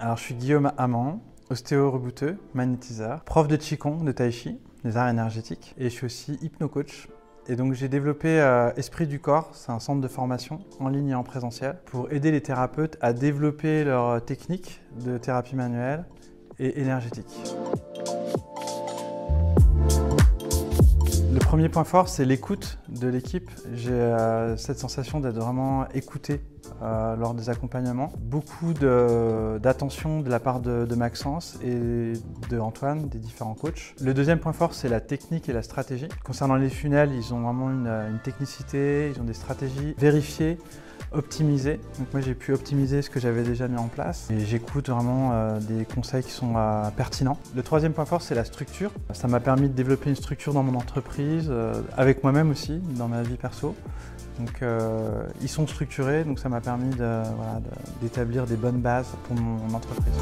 Alors, je suis Guillaume Amand, ostéo-rebouteux, magnétiseur, prof de Qigong, de Tai Chi, des arts énergétiques, et je suis aussi hypno-coach. Et donc j'ai développé Esprit du Corps, c'est un centre de formation en ligne et en présentiel, pour aider les thérapeutes à développer leurs techniques de thérapie manuelle et énergétique. Le premier point fort, c'est l'écoute de l'équipe. J'ai cette sensation d'être vraiment écouté lors des accompagnements. Beaucoup d'attention de la part de Maxence et de Antoine, des différents coachs. Le deuxième point fort, c'est la technique et la stratégie. Concernant les funnels, ils ont vraiment une technicité, ils ont des stratégies vérifiées, optimisées. Donc moi, j'ai pu optimiser ce que j'avais déjà mis en place et j'écoute vraiment des conseils qui sont pertinents. Le troisième point fort, c'est la structure. Ça m'a permis de développer une structure dans mon entreprise, avec moi-même aussi, dans ma vie perso. Donc ils sont structurés, donc ça m'a permis d'établir des bonnes bases pour mon entreprise.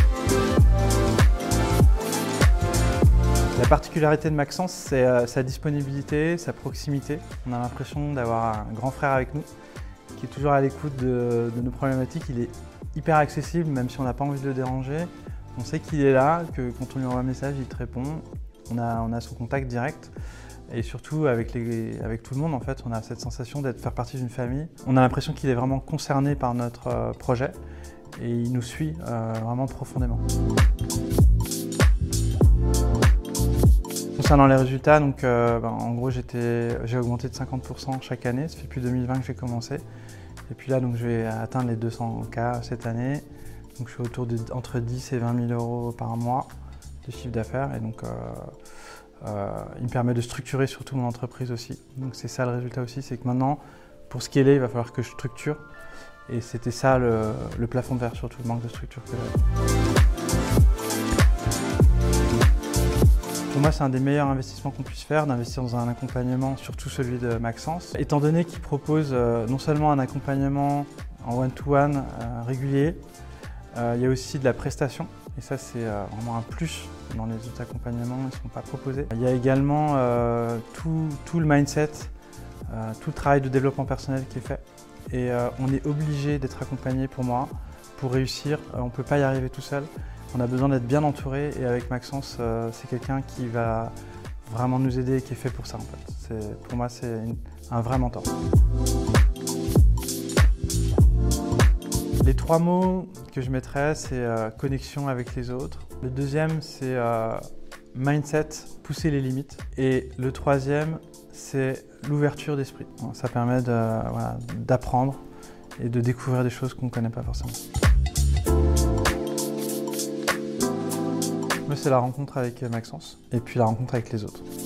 La particularité de Maxence, c'est sa disponibilité, sa proximité. On a l'impression d'avoir un grand frère avec nous, qui est toujours à l'écoute de nos problématiques. Il est hyper accessible, même si on n'a pas envie de le déranger. On sait qu'il est là, que quand on lui envoie un message, il te répond. On a son contact direct. Et surtout, avec tout le monde, en fait, on a cette sensation faire partie d'une famille. On a l'impression qu'il est vraiment concerné par notre projet et il nous suit vraiment profondément. Concernant les résultats, donc, en gros, j'ai augmenté de 50% chaque année. Ça fait depuis 2020 que j'ai commencé. Et puis là, donc, je vais atteindre les 200 K cette année. Donc, je suis autour entre 10 et 20 000 euros par mois de chiffre d'affaires. Et donc, il me permet de structurer surtout mon entreprise aussi. Donc c'est ça le résultat aussi, c'est que maintenant, pour scaler, il va falloir que je structure. Et c'était ça le plafond de verre, surtout le manque de structure que j'avais. Pour moi, c'est un des meilleurs investissements qu'on puisse faire, d'investir dans un accompagnement, surtout celui de Maxence. Étant donné qu'il propose non seulement un accompagnement en one-to-one régulier, il y a aussi de la prestation. Et ça, c'est vraiment un plus dans les autres accompagnements, ils ne sont pas proposés. Il y a également tout le mindset, tout le travail de développement personnel qui est fait. Et on est obligé d'être accompagné pour moi, pour réussir. On ne peut pas y arriver tout seul. On a besoin d'être bien entouré et avec Maxence, c'est quelqu'un qui va vraiment nous aider et qui est fait pour ça en fait. Pour moi, c'est un vrai mentor. Les trois mots que je mettrais, c'est connexion avec les autres. Le deuxième, c'est mindset, pousser les limites. Et le troisième, c'est l'ouverture d'esprit. Ça permet d'apprendre et de découvrir des choses qu'on ne connaît pas forcément. Moi, c'est la rencontre avec Maxence et puis la rencontre avec les autres.